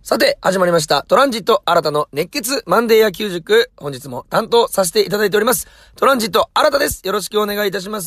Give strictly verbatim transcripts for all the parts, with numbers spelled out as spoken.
さて、始まりました。トランジット新たの熱血マンデー野球塾。本日も担当させていただいております。トランジット新たです。よろしくお願いいたします。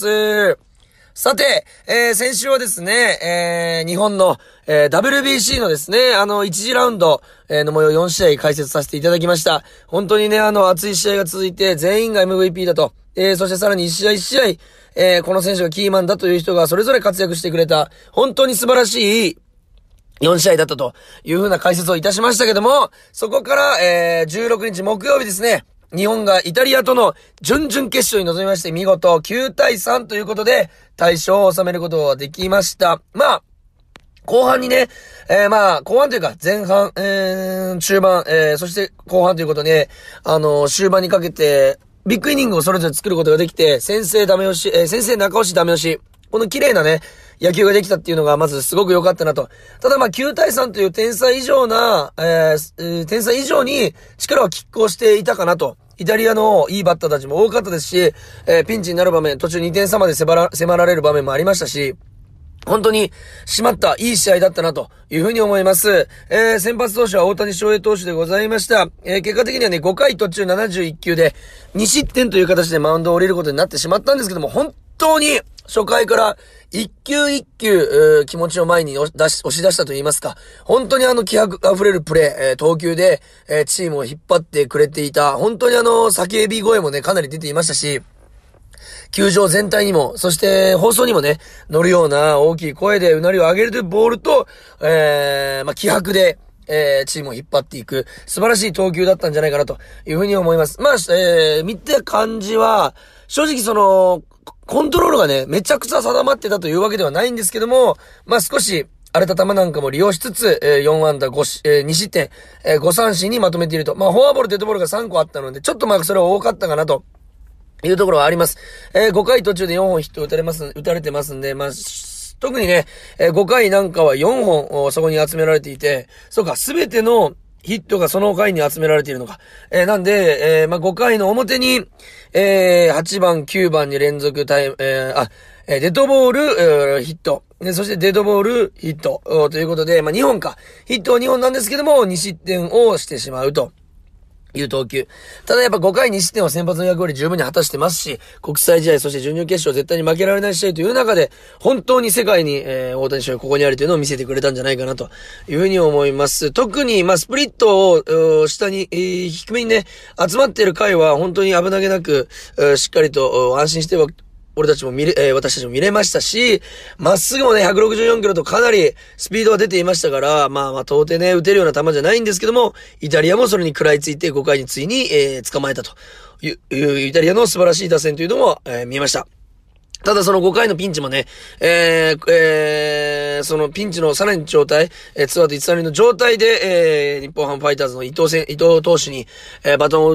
さて、えー、先週はですね、えー、日本の、えー、ダブリュービーシー のですね、あの、一次ラウンド、えー、の模様よん試合解説させていただきました。本当にね、あの、熱い試合が続いて、全員が エムブイピー だと。えー、そしてさらに一試合一試合、えー、この選手がキーマンだという人がそれぞれ活躍してくれた、本当に素晴らしい、よん試合だったという風な解説をいたしましたけども、そこから、えー、じゅうろくにち木曜日ですね、日本がイタリアとの準々決勝に臨みまして、見事きゅうたいさんということで、大勝を収めることができました。まあ、後半にね、えー、まあ、後半というか、前半、えー、中盤、えー、そして後半ということで、あのー、終盤にかけて、ビッグイニングをそれぞれ作ることができて、先制ダメ押し、えー、先制中押しダメ押し、この綺麗なね、野球ができたっていうのがまずすごく良かったなと。ただまあきゅうたいさんという天才以上な、えーえー、天才以上に力は拮抗していたかなと。イタリアのいいバッターたちも多かったですし、えー、ピンチになる場面、途中にてん差まで迫ら、迫られる場面もありましたし、本当に締まったいい試合だったなというふうに思います。えー、先発投手は大谷翔平投手でございました。えー、結果的にはね、ごかい途中ななじゅういっきゅうでにしってんという形でマウンドを降りることになってしまったんですけども、本当に初回から一球一球、気持ちを前に押し出し、押し出したと言いますか、本当にあの気迫あふれるプレー、えー、投球で、えー、チームを引っ張ってくれていた。本当にあの、叫び声もね、かなり出ていましたし、球場全体にも、そして放送にもね、乗るような大きい声でうなりを上げるというボールと、えー、まあ、気迫で、えー、チームを引っ張っていく、素晴らしい投球だったんじゃないかなというふうに思います。まあ、えー、見た感じは、正直その、コントロールがね、めちゃくちゃ定まってたというわけではないんですけども、まあ、少し、荒れた球なんかも利用しつつ、えー、よんあんだごし、えー、にしってん、えー、ごさんしんにまとめていると。まあ、フォアボール、デッドボールがさんこあったので、ちょっとまあ、それは多かったかなと。いうところはあります。えー、ごかい途中でよんほんヒット打たれます、打たれてますんで、まあ、特にね、えー、ごかいなんかはよんほんそこに集められていて、そうか、すべてのヒットがその回に集められているのか。えー、なんで、えー、まあ、ごかいの表に、えー、はちばん、きゅうばんに連続タイム、えー、あ、えー、デッドボール、えー、ヒット。で、そしてデッドボール、ヒット。ということで、まあ、にほんか。ヒットはにほんなんですけども、にしってんをしてしまうと。いう投球。ただやっぱごかいにしってんは先発の役割十分に果たしてますし、国際試合、そして準々決勝絶対に負けられない試合という中で、本当に世界に、えー、大谷翔平ここにあるというのを見せてくれたんじゃないかなというふうに思います。特に、まあ、スプリットを、下に、えー、低めにね、集まっている回は本当に危なげなく、しっかりと安心しては、俺たちも見れ、えー、私たちも見れましたし、まっすぐもね、ひゃくろくじゅうよんキロとかなりスピードが出ていましたから、まあまあ、到底ね、打てるような球じゃないんですけども、イタリアもそれに食らいついてごかいについに、えー、捕まえたという、いうイタリアの素晴らしい打線というのも、えー、見えました。ただそのごかいのピンチもね、えー、えー、そのピンチのさらに状態、えー、ツーアウトいちさんるいの状態で、えー、日本ハムファイターズの伊藤戦、伊藤投手に、えー、バトンを打って、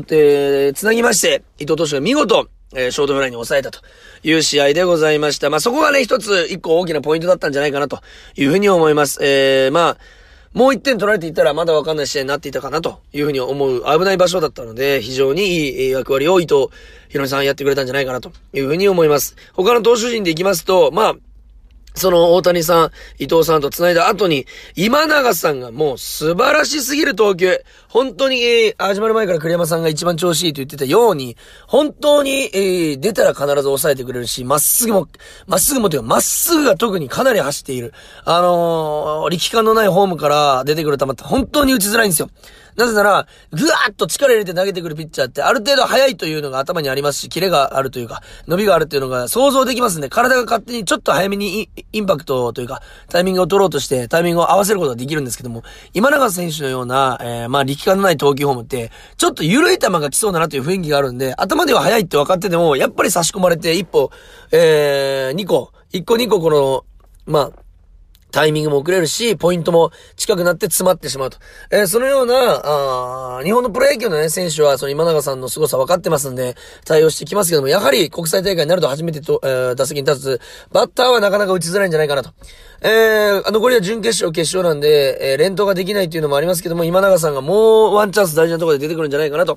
繋ぎまして、伊藤投手が見事、えー、ショートフライに抑えたという試合でございました。まあ、そこがね、一つ、一個大きなポイントだったんじゃないかなというふうに思います。えー、まあ、もう一点取られていたらまだわかんない試合になっていたかなというふうに思う危ない場所だったので、非常にいい役割を伊藤博美さんやってくれたんじゃないかなというふうに思います。他の投手陣で行きますと、まあ、その大谷さん、伊藤さんと繋いだ後に、今永さんがもう素晴らしすぎる投球。本当に、えー、始まる前から栗山さんが一番調子いいと言ってたように、本当に、えー、出たら必ず抑えてくれるし、まっすぐも、まっすぐもというか、まっすぐが特にかなり走っている。あのー、力感のないホームから出てくる球って本当に打ちづらいんですよ。なぜなら、ぐわーっと力入れて投げてくるピッチャーって、ある程度速いというのが頭にありますし、キレがあるというか、伸びがあるというのが想像できますんで、体が勝手にちょっと早めにインパクトというか、タイミングを取ろうとして、タイミングを合わせることができるんですけども、今永選手のような、えー、まあ力感のない投球フォームって、ちょっと緩い球が来そうだなという雰囲気があるんで、頭では速いって分かってても、やっぱり差し込まれて、一歩、えー、二個、一個二個この、まあ、タイミングも遅れるし、ポイントも近くなって詰まってしまうと。えー、そのような、あ日本のプロ野球のね、選手は、その今永さんの凄さ分かってますんで、対応してきますけども、やはり国際大会になると初めてと、えー、打席に立つ、バッターはなかなか打ちづらいんじゃないかなと。えー、残りは準決勝、決勝なんで、えー、連投ができないっていうのもありますけども、今永さんがもうワンチャンス大事なところで出てくるんじゃないかなと。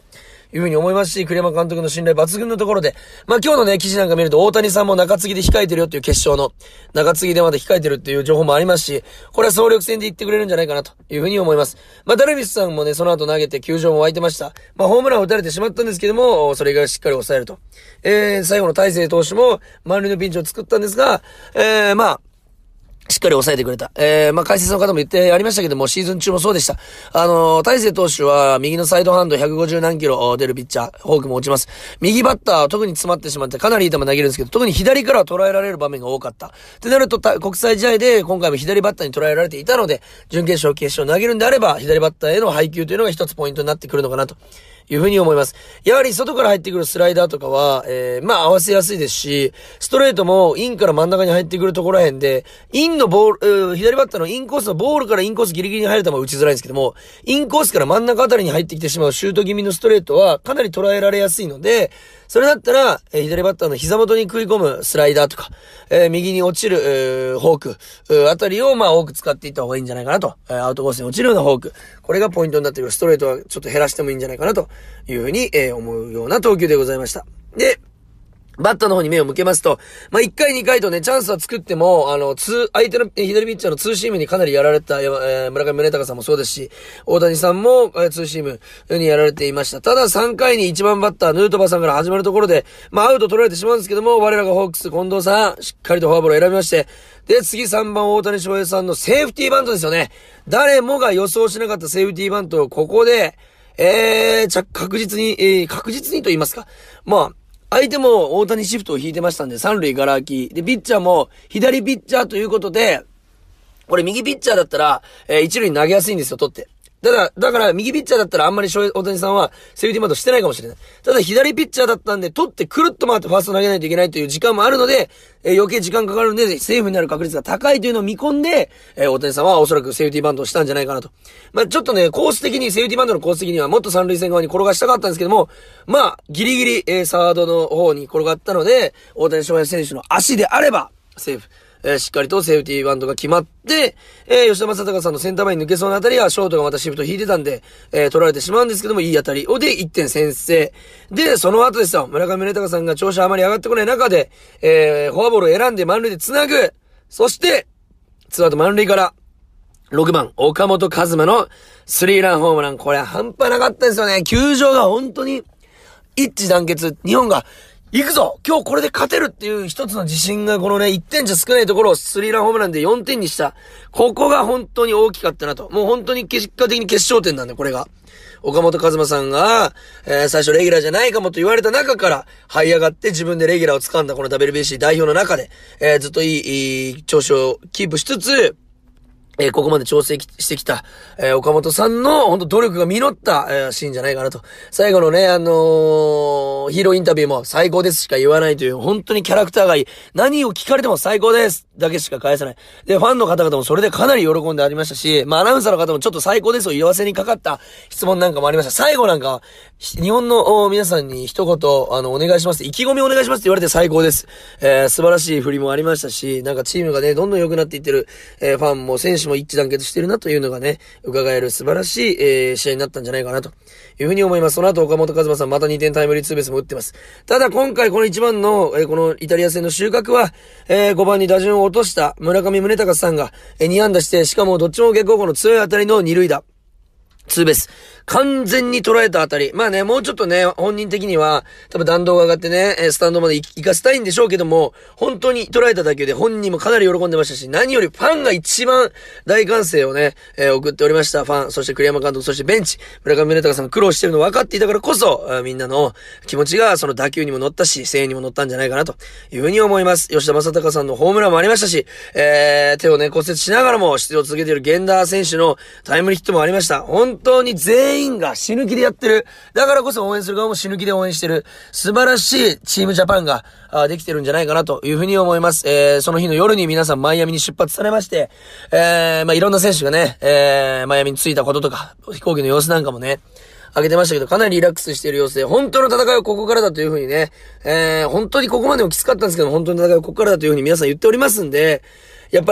いうふうに思いますし、栗山監督の信頼抜群のところで、まあ今日のね、記事なんか見ると大谷さんも中継ぎで控えてるよっていう決勝の中継ぎでまだ控えてるっていう情報もありますし、これは総力戦で言ってくれるんじゃないかなというふうに思います。まあダルビッシュさんもね、その後投げて球場も湧いてました。まあホームランを打たれてしまったんですけども、それがしっかり抑えると。えー、最後の大勢投手も満塁のピンチを作ったんですが、えー、まあ、しっかり抑えてくれた。えー、まあ、解説の方も言ってありましたけども、シーズン中もそうでした。あのー、大勢投手は、右のサイドハンドひゃくごじゅう何キロ出るピッチャー、フォークも落ちます。右バッターは特に詰まってしまって、かなりいい球投げるんですけど、特に左からは捉えられる場面が多かった。ってなると、国際試合で今回も左バッターに捉えられていたので、準決勝、決勝投げるんであれば、左バッターへの配球というのが一つポイントになってくるのかなと。いうふうに思います。やはり外から入ってくるスライダーとかは、えー、まあ合わせやすいですし、ストレートもインから真ん中に入ってくるところらへんで、インのボール、えー、左バッターのインコースのボールからインコースギリギリに入る球は打ちづらいんですけども、インコースから真ん中あたりに入ってきてしまうシュート気味のストレートはかなり捉えられやすいので、それだったら、えー、左バッターの膝元に食い込むスライダーとか、えー、右に落ちる、えー、フォーク、えー、あたりをまあ多く使っていった方がいいんじゃないかなと。えー、アウトコースに落ちるようなフォーク。これがポイントになってくる。ストレートはちょっと減らしてもいいんじゃないかなというふうに、えー、思うような投球でございました。で、バッターの方に目を向けますと、まあ、いっかいにかいとね、チャンスは作っても、あの、ツー、相手の左ピッチャーのツーシームにかなりやられた、えー、村上宗隆さんもそうですし、大谷さんも、えー、ツーシームにやられていました。たださんかいにいちばんバッター、ヌートバーさんから始まるところで、まあ、アウト取られてしまうんですけども、我らがホークス、近藤さん、しっかりとフォアボールを選びまして、で、次さんばん大谷翔平さんのセーフティーバントですよね。誰もが予想しなかったセーフティーバントをここで、えー、じゃ、確実に、えー、確実にと言いますか。まあ、相手も大谷シフトを引いてましたんで、三塁ガラ空き。で、ピッチャーも左ピッチャーということで、これ右ピッチャーだったら、えー、一塁に投げやすいんですよ、取って。だから、だから右ピッチャーだったらあんまり大谷さんはセーフティーバントしてないかもしれない。ただ左ピッチャーだったんで、取ってくるっと回ってファースト投げないといけないという時間もあるので、えー、余計時間かかるんで、セーフになる確率が高いというのを見込んで、えー、大谷さんはおそらくセーフティーバントをしたんじゃないかなと。まあ、ちょっとね、コース的に、セーフティーバントのコース的にはもっと三塁線側に転がしたかったんですけども、まあ、ギリギリ、えー、サードの方に転がったので、大谷翔平選手の足であれば、セーフ。えー、しっかりとセーフティーバントが決まって、えー、吉田正尚さんのセンター前に抜けそうなあたりは、ショートがまたシフト引いてたんで、えー、取られてしまうんですけども、いい当たりをでいってん先制。で、その後ですよ、村上宗隆さんが調子あまり上がってこない中で、えー、フォアボールを選んで満塁で繋ぐ。そして、ツーアウト満塁から、ろくばん、岡本和真のスリーランホームラン。これは半端なかったですよね。球場が本当に一致団結。日本が、行くぞ今日これで勝てるっていう一つの自信がこのね、いってんじゃ少ないところをスリーランホームランでよんてんにした。ここが本当に大きかったなと。もう本当に結果的に決勝点なんで、これが。岡本和真さんが、えー、最初レギュラーじゃないかもと言われた中から這い上がって自分でレギュラーを掴んだこの ダブリュービーシー 代表の中で、えー、ずっといい、いい調子をキープしつつ、えー、ここまで調整してきた、えー、岡本さんの本当努力が実った、えー、シーンじゃないかなと。最後のね、あのー、ヒーローインタビューも最高ですしか言わないという、本当にキャラクターがいい。何を聞かれても最高ですだけしか返さない。で、ファンの方々もそれでかなり喜んでありましたし、まあアナウンサーの方もちょっと最高ですを言わせにかかった質問なんかもありました。最後なんか、日本の皆さんに一言、あの、お願いします。意気込みお願いしますって言われて最高です。えー、素晴らしい振りもありましたし、なんかチームがね、どんどん良くなっていってる、えー、ファンも選手も一致団結してるなというのがね、伺える素晴らしい、えー、試合になったんじゃないかなというふうに思います。その後岡本和真さんまたにてんタイムリーツーベースも打ってます。ただ今回このいちばんの、えー、このイタリア戦の収穫は、えー、ごばんに打順を落とした村上宗隆さんが、えー、に安打して、しかもどっちも逆方向の強い当たりの二塁打。ツーベース。完全に捉えたあたり。まあね、もうちょっとね、本人的には、多分弾道が上がってね、スタンドまで行かせたいんでしょうけども、本当に捉えた打球で本人もかなり喜んでましたし、何よりファンが一番大歓声をね、えー、送っておりました。ファン、そして栗山監督、そしてベンチ、村上宗隆さんが苦労してるの分かっていたからこそ、みんなの気持ちがその打球にも乗ったし、声援にも乗ったんじゃないかなというふうに思います。吉田正尚さんのホームランもありましたし、えー、手をね、骨折しながらも出場を続けている源田選手のタイムリーヒットもありました。本当に全員が死ぬ気でやってる。だからこそ応援する側も死ぬ気で応援してる。素晴らしいチームジャパンができてるんじゃないかなというふうに思います。えー、その日の夜に皆さんマイアミに出発されまして、えー、まあ、いろんな選手がね、えー、マイアミに着いたこととか、飛行機の様子なんかもね、上げてましたけど、かなりリラックスしている様子で、本当の戦いはここからだというふうにね、えー、本当にここまでもきつかったんですけど、本当の戦いはここからだというふうに皆さん言っておりますんで、やっぱり、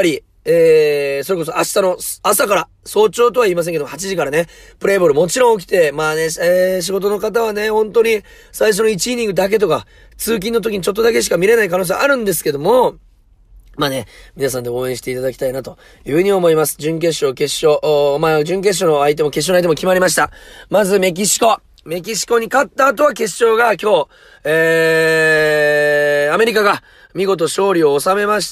えー、それこそ明日の朝から、早朝とは言いませんけど、はちじからね、プレイボールもちろん起きて、まあね、えー、仕事の方はね、本当に最初のいちイニングだけとか、通勤の時にちょっとだけしか見れない可能性あるんですけども、まあね、皆さんで応援していただきたいなというふうに思います。準決勝、決勝、おまあ準決勝の相手も決勝の相手も決まりました。まずメキシコ。メキシコに勝った後は決勝が今日、えー、アメリカが見事勝利を収めまして、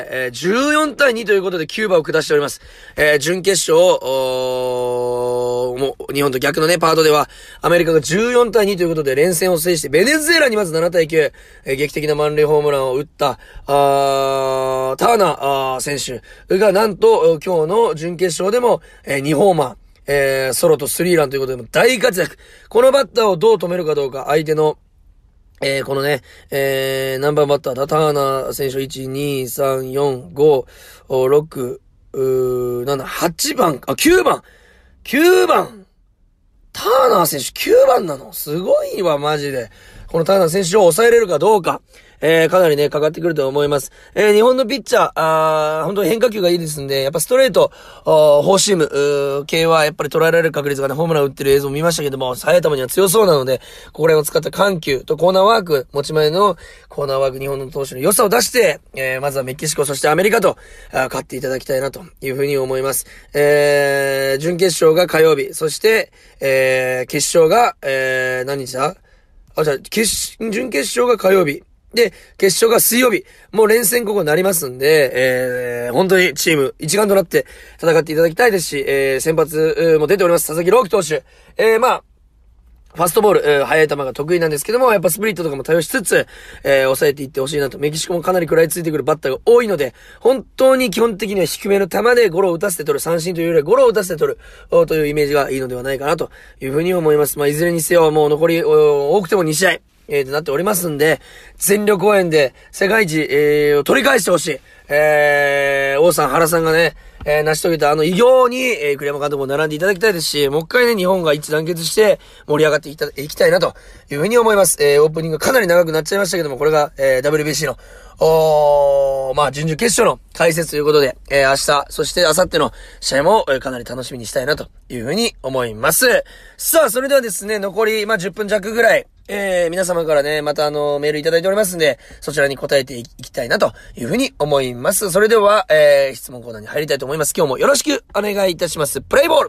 えー、じゅうよんたいにということでキューバを下しております。えー、準決勝、おもう日本と逆のね、パートでは、アメリカがじゅうよんたいにということで連戦を制して、ベネズエラにまずななたいきゅう、えー、劇的な満塁ホームランを打った、あーターナーあー選手がなんと、今日の準決勝でも、えー、にホーマー、えー、ソロとスリーランということでも大活躍。このバッターをどう止めるかどうか、相手の、えー、このね、えー、何番バッターだターナー選手いち、に、さん、よん、ご、ろく、なな、はちばん、あ、きゅうばん !きゅうばんターナー選手きゅうばんなのすごいわ、マジで。このターナー選手を抑えれるかどうか。えー、かなりね、かかってくると思います。えー、日本のピッチャー、あー、本当に変化球がいいですんで、やっぱストレート、フォーシーム、うー系はやっぱり捉えられる確率がね、ホームラン打ってる映像を見ましたけども、速い球には強そうなので、これを使った緩急とコーナーワーク、持ち前のコーナーワーク、日本の投手の良さを出して、えー、まずはメキシコ、そしてアメリカと、あ勝っていただきたいなというふうに思います。えー、準決勝が火曜日、そして、えー、決勝が、えー、何日だあ、じゃあ、決、準決勝が火曜日。で、決勝が水曜日。もう連戦ここになりますんで、えー、本当にチーム一丸となって戦っていただきたいですし、えー、先発も出ております。佐々木朗希投手。えー、まあ、ファストボール、えー、速い球が得意なんですけども、やっぱスプリットとかも対応しつつ、えー、抑えていってほしいなと。メキシコもかなり食らいついてくるバッターが多いので、本当に基本的には低めの球でゴロを打たせて取る、三振というよりはゴロを打たせて取る、というイメージがいいのではないかなというふうに思います。まあ、いずれにせよ、もう残り、多くてもに試合。えー、となっておりますんで、全力応援で世界一、えー、を取り返してほしい。えー、王さん、原さんがね、えー、成し遂げたあの偉業に、えー、栗山監督も並んでいただきたいですし、もう一回ね、日本が一致団結して盛り上がっていた、いきたいなというふうに思います。えー、オープニングかなり長くなっちゃいましたけども、これが、えー、ダブリュービーシー の、おー、まあ、準々決勝の解説ということで、えー、明日、そして明後日の試合も、えー、かなり楽しみにしたいなというふうに思います。さあ、それではですね、残り、まあ、じゅっぷん弱ぐらい、えー、皆様からね、またあの、メールいただいておりますんで、そちらに答えていきたいなというふうに思います。それでは、えー、質問コーナーに入りたいと思います。今日もよろしくお願いいたします。プレイボール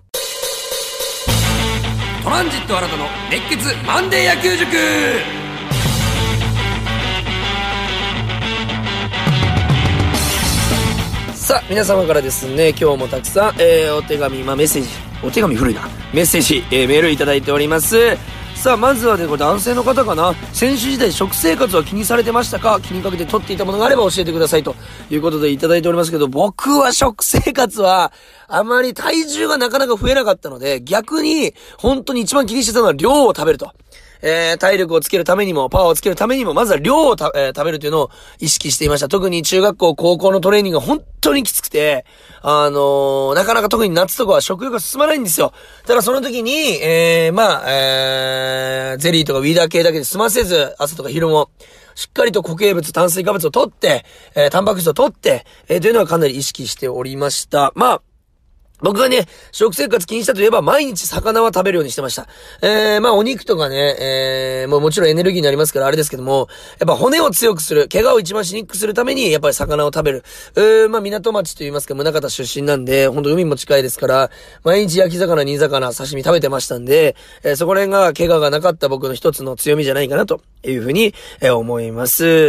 トランジット新たの熱血マンデー野球塾。さあ、皆様からですね、今日もたくさん、えー、お手紙、まあ、メッセージ、お手紙古いな、メッセージ、えー、メールいただいております。さあ、まずはね、これ男性の方かな。選手時代食生活は気にされてましたか？気にかけて取っていたものがあれば教えてくださいということでいただいておりますけど、僕は食生活はあまり体重がなかなか増えなかったので、逆に本当に一番気にしてたのは量を食べると。えー、体力をつけるためにも、パワーをつけるためにも、まずは量をた、えー、食べるというのを意識していました。特に中学校、高校のトレーニングが本当にきつくて、あのー、なかなか特に夏とかは食欲が進まないんですよ。ただその時に、えー、まあ、えー、ゼリーとかウィーダー系だけで済ませず、朝とか昼も、しっかりと固形物、炭水化物を取って、えー、タンパク質を取って、えー、というのはかなり意識しておりました。まあ、僕がね、食生活気にしたといえば毎日魚は食べるようにしてました。えー、まあお肉とかね、えー、もうもちろんエネルギーになりますからあれですけども、やっぱ骨を強くする、怪我を一番しにくくするために、やっぱり魚を食べる。えー、まあ港町と言いますか、宗像出身なんで、ほんと海も近いですから、毎日焼き魚、煮魚、刺身食べてましたんで、えー、そこら辺が怪我がなかった僕の一つの強みじゃないかなというふうに、えー、思います。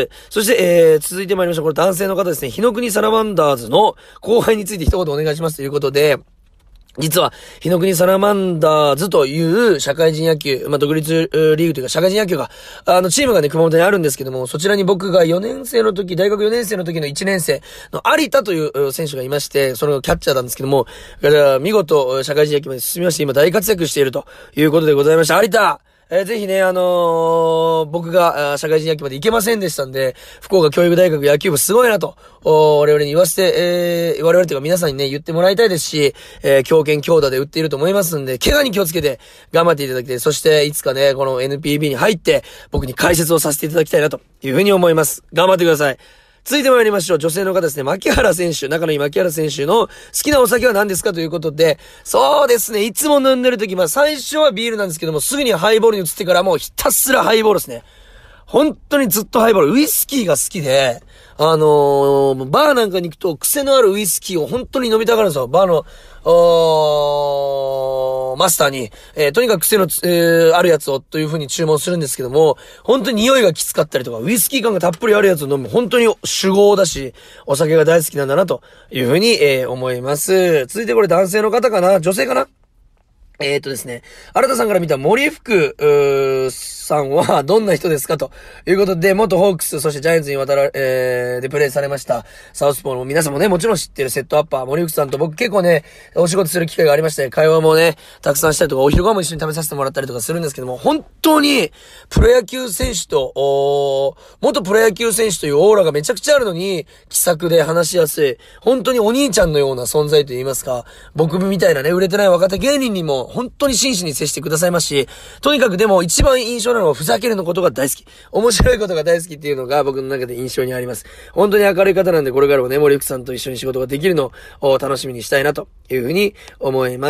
そして、えー、続いてまいりましょう。これ男性の方ですね、日の国サラマンダーズの後輩について一言お願いしますということで、実は、日の国サラマンダーズという社会人野球、まあ、独立リーグというか社会人野球が、あの、チームがね、熊本にあるんですけども、そちらに僕がよねん生の時、大学よねん生の時のいちねん生の有田という選手がいまして、そのキャッチャーなんですけども、見事、社会人野球まで進みまして、今大活躍しているということでございました。有田えー、ぜひね、あのー、僕が社会人野球まで行けませんでしたんで、福岡教育大学野球部すごいなと、我々に言わせて、えー、我々というか皆さんにね、言ってもらいたいですし、えー、強肩強打で打っていると思いますんで、怪我に気をつけて頑張っていただきたい。そして、いつかね、この エヌピービー に入って、僕に解説をさせていただきたいなというふうに思います。頑張ってください。 続いて参りましょう。女性の方ですね。牧原選手、仲のいい牧原選手の好きなお酒は何ですかということで、そうですね。いつも飲んでる時、まあ最初はビールなんですけども、すぐにハイボールに移ってからもうひたすらハイボールですね。本当にずっとハイボール。ウイスキーが好きで、あのー、バーなんかに行くと癖のあるウイスキーを本当に飲みたがるんですよ。バーの、おーマスターに、えー、とにかく癖の、えー、あるやつをという風に注文するんですけども、本当に匂いがきつかったりとか、ウイスキー感がたっぷりあるやつを飲む。本当に酒豪だし、お酒が大好きなんだなという風に、えー、思います。続いてこれ男性の方かな？女性かな？えーとですね、新田さんから見た森福、うー、さんはどんな人ですかということで、元ホークス、そしてジャイアンツに渡ら、えー、でプレイされました、サウスポーの皆さんもね、もちろん知ってるセットアッパー、森福さんと僕結構ね、お仕事する機会がありまして、会話もね、たくさんしたりとか、お昼ご飯も一緒に食べさせてもらったりとかするんですけども、本当に、プロ野球選手と、おー、元プロ野球選手というオーラがめちゃくちゃあるのに、気さくで話しやすい、本当にお兄ちゃんのような存在と言いますか、僕みたいなね、売れてない若手芸人にも、本当に真摯に接してくださいますし、とにかくでも一番印象なのはふざけるのことが大好き。面白いことが大好きっていうのが僕の中で印象にあります。本当に明るい方なんで、これからもね、森福さんと一緒に仕事ができるのを楽しみにしたいなというふうに思います。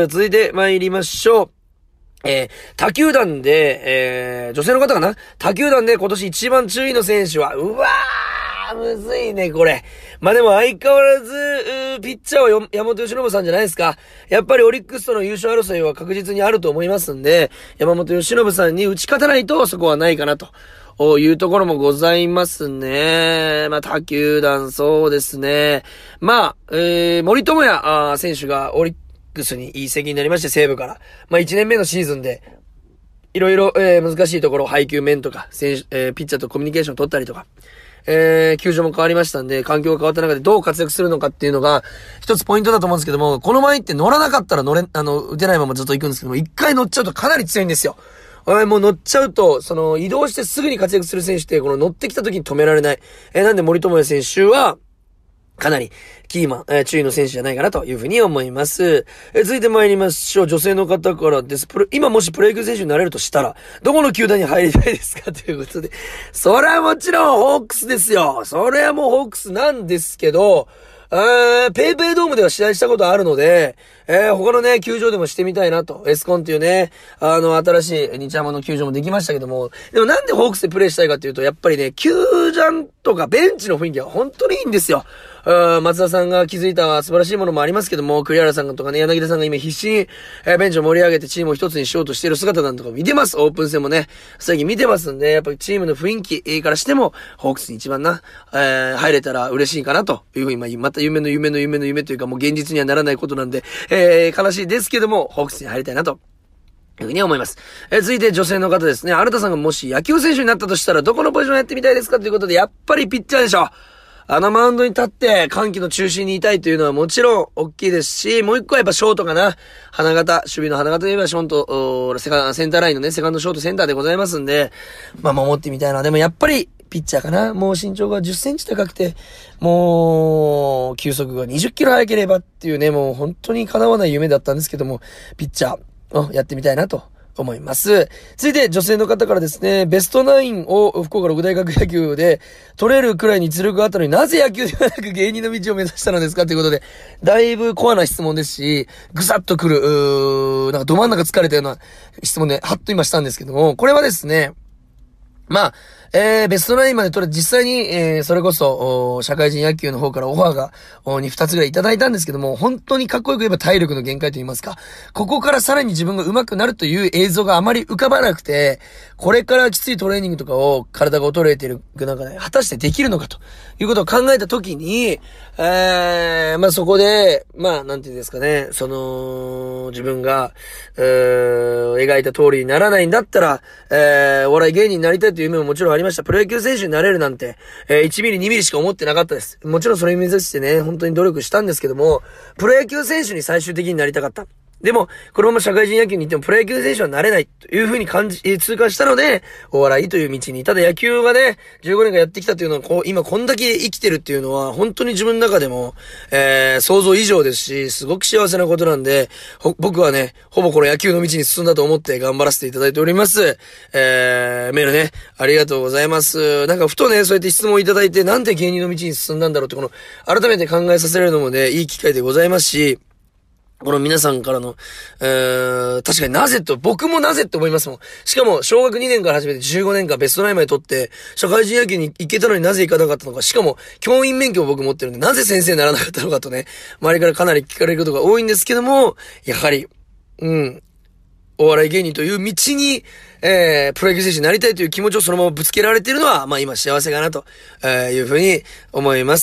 続いて参りましょう。えー、他球団で、えー、女性の方かな？他球団で今年一番注意の選手は、うわー、むずいね、これ。まあ、でも相変わらず、ピッチャーはよ山本由伸さんじゃないですか。やっぱりオリックスとの優勝争いは確実にあると思いますんで、山本由伸さんに打ち勝たないとそこはないかなというところもございますね。まあ、他球団そうですね。まあ、えー、森友哉選手がオリックスに移籍になりまして、西武から。まあ、いちねんめのシーズンで、いろいろ、えー、難しいところ、配球面とか、選手、えー、ピッチャーとコミュニケーションを取ったりとか、えー、球場も変わりましたんで、環境が変わった中でどう活躍するのかっていうのが、一つポイントだと思うんですけども、この前って乗らなかったら乗れ、あの、打てないままずっと行くんですけども、一回乗っちゃうとかなり強いんですよ。もう乗っちゃうと、その、移動してすぐに活躍する選手って、この乗ってきた時に止められない。えー、なんで森友哉選手は、かなりキーマン、えー、注意の選手じゃないかなというふうに思います。えー、続いて参りましょう。女性の方からです。プロ今もしプロ野球選手になれるとしたら、どこの球団に入りたいですかということで。それはもちろんホークスですよ。それはもうホークスなんですけど、えー、ペイペイドームでは試合したことあるので、えー、他のね、球場でもしてみたいなと。エスコンっていうね、あの、新しい日ハムの球場もできましたけども、でもなんでホークスでプレイしたいかっていうと、やっぱりね、球場とかベンチの雰囲気は本当にいいんですよ。松田さんが気づいた素晴らしいものもありますけども、栗原さんとかね、柳田さんが今必死に、えー、ベンチを盛り上げてチームを一つにしようとしている姿なんとか見てます。オープン戦もね、最近見てますんで、やっぱりチームの雰囲気からしても、ホークスに一番な、えー、入れたら嬉しいかなというふうに、まあ、また夢の夢の夢の夢というかもう現実にはならないことなんで、えー、悲しいですけども、ホークスに入りたいなと。いうふうに思います。えー、続いて女性の方ですね。新田さんがもし野球選手になったとしたらどこのポジションやってみたいですかということで、やっぱりピッチャーでしょ。あのマウンドに立って歓喜の中心にいたいというのはもちろん大きいですし、もう一個はやっぱショートかな。花形、守備の花形といえばショート、セカセンターラインのね、セカンドショートセンターでございますんで、まあ守ってみたいな。でもやっぱりピッチャーかな。もう身長がじゅっセンチ高くて、もう球速がにじゅっキロ速ければっていうね、もう本当に叶わない夢だったんですけども、ピッチャーをやってみたいなと思います。続いて女性の方からですね、ベストナインを福岡六大学野球で取れるくらいに実力があったのになぜ野球ではなく芸人の道を目指したのですかということで、だいぶコアな質問ですし、ぐさっとくる、うーなんかど真ん中疲れたような質問でハッと今したんですけども、これはですね、まあ、えー、ベストナインまで取れ、実際に、えー、それこそ、社会人野球の方からオファーが、にふたつぐらいいただいたんですけども、本当にかっこよく言えば体力の限界と言いますか、ここからさらに自分が上手くなるという映像があまり浮かばなくて、これからきついトレーニングとかを体が衰えている中で、果たしてできるのかということを考えたときに、えー、まあそこで、まあなんていうんですかね、その、自分が、えー、描いた通りにならないんだったら、えー、お笑い芸人になりたいという夢ももちろんありました。プロ野球選手になれるなんて、えー、いちミリにミリしか思ってなかったです。もちろんそれを目指してね、本当に努力したんですけども、プロ野球選手に最終的になりたかった。 でも、このまま社会人野球に行ってもプロ野球選手はなれないというふうに感じ、痛感したので、お笑いという道に。ただ野球がね、じゅうごねんかんやってきたというのは、こう、今こんだけ生きてるっていうのは、本当に自分の中でも、えー、想像以上ですし、すごく幸せなことなんで、僕はね、ほぼこの野球の道に進んだと思って頑張らせていただいております。えー、メールね、ありがとうございます。なんかふとね、そうやって質問いただいて、なんで芸人の道に進んだんだろうって、この、改めて考えさせられるのもね、いい機会でございますし、この皆さんからの、えー、確かになぜと、僕もなぜって思いますもん。しかも、小学にねんから始めてじゅうごねんかんベストナインまで取って、社会人野球に行けたのになぜ行かなかったのか。しかも、教員免許を僕持ってるんで、なぜ先生にならなかったのかとね、周りからかなり聞かれることが多いんですけども、やはり、うん、お笑い芸人という道に、えー、プロ野球選手になりたいという気持ちをそのままぶつけられているのは、まあ今幸せかなと、えー、いうふうに思います。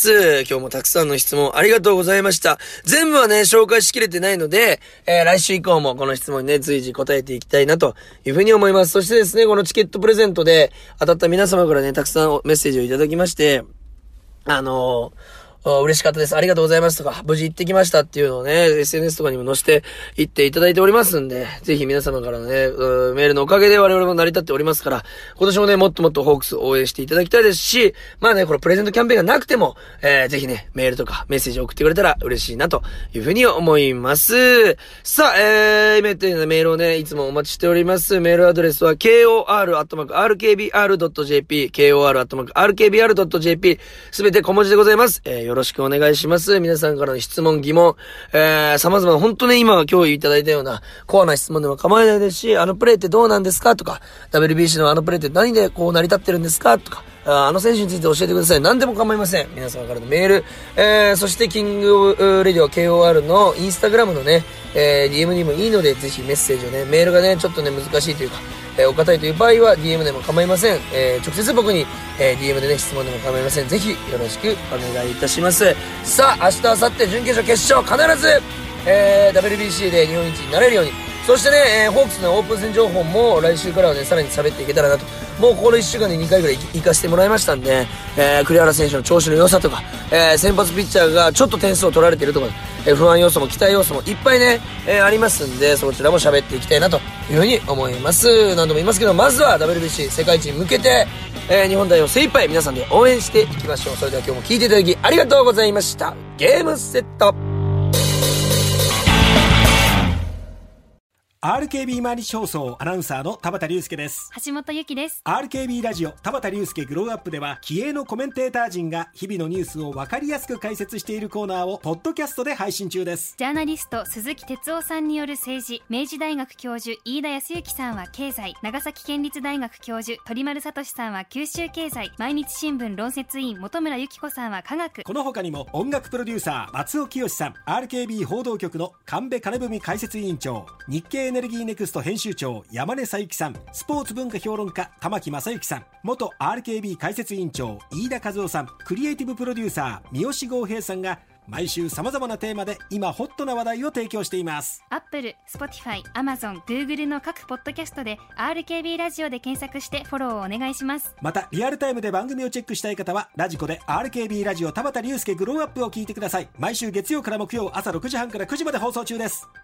今日もたくさんの質問ありがとうございました。全部はね、紹介しきれてないので、えー、来週以降もこの質問にね、随時答えていきたいなというふうに思います。そしてですね、このチケットプレゼントで当たった皆様からね、たくさんメッセージをいただきまして、あのー、嬉しかったです。ありがとうございますとか、無事行ってきましたっていうのをね、エスエヌエス とかにも載せていっていただいておりますんで、ぜひ皆様からのね、メールのおかげで我々も成り立っておりますから、今年もね、もっともっとホークス応援していただきたいですし、まあね、このプレゼントキャンペーンがなくても、えー、ぜひね、メールとかメッセージを送ってくれたら嬉しいなというふうに思います。さあ、えー、イメというようなメールをね、いつもお待ちしております。メールアドレスは ケーオーアールアットマークアールケービーアールドットジェーピー、ケーオーアールアットマークアールケービーアールドットジェーピー、すべて小文字でございます。えー、よろしくお願いします。皆さんからの質問、疑問、えー、様々な、本当ね、今今日いただいたようなコアな質問でも構わないですし、あのプレーってどうなんですかとか、ダブリュービーシー のあのプレーって何でこう成り立ってるんですかとか、あの選手について教えてください。何でも構いません。皆様からのメール、えー、そしてキングレディオ ケーオーアール のインスタグラムのね、えー、ディーエム にもいいので、ぜひメッセージをね、メールがね、ちょっとね、難しいというか、えー、お堅いという場合は ディーエム でも構いません。えー、直接僕に、えー、ディーエム でね、質問でも構いません。ぜひよろしくお願いいたします。さあ、明日、明後日、準決勝、決勝、必ず、えー、ダブリュービーシー で日本一になれるように、そしてね、えー、ホークスのオープン戦情報も来週からはね、さらに喋っていけたらなと。もうこのいっしゅうかんでにかいぐらい行かせてもらいましたんで、えー、栗原選手の調子の良さとか、えー、先発ピッチャーがちょっと点数を取られているとか、えー、不安要素も期待要素もいっぱいね、えー、ありますんで、そちらも喋っていきたいなというふうに思います。何度も言いますけど、まずは ダブリュービーシー 世界一に向けて、えー、日本代表精一杯皆さんで応援していきましょう。それでは今日も聞いていただきありがとうございました。ゲームセット。 アールケービー 毎日放送アナウンサーの田畑隆介です。 橋本由紀です。 アールケービー ラジオ田畑隆介グローアップでは気鋭のコメンテーター陣が日々のニュースを分かりやすく解説しているコーナーをポッドキャストで配信中です。 ジャーナリスト鈴木哲夫さんによる政治、明治大学教授飯田康之さんは経済、長崎県立大学教授鳥丸聡さんは九州経済、毎日新聞論説委員本村由紀子さんは科学。 この他にも音楽プロデューサー松尾清さん、 アールケービー 報道局の神戸金文解説委員長、日経エネルギーネクスト編集長山根佐幸さん、スポーツ文化評論家玉木正之さん、元 アールケービー 解説委員長飯田和夫さん、クリエイティブプロデューサー三好剛平さんが毎週様々なテーマで今ホットな話題を提供しています。 アップル、Spotify、Amazon、Google の各ポッドキャストで アールケービー ラジオで検索してフォローをお願いします。 またリアルタイムで番組をチェックしたい方はラジコで アールケービー ラジオ田畑隆介グローアップを聞いてください。毎週月曜から木曜朝ろくじはんからくじまで放送中です。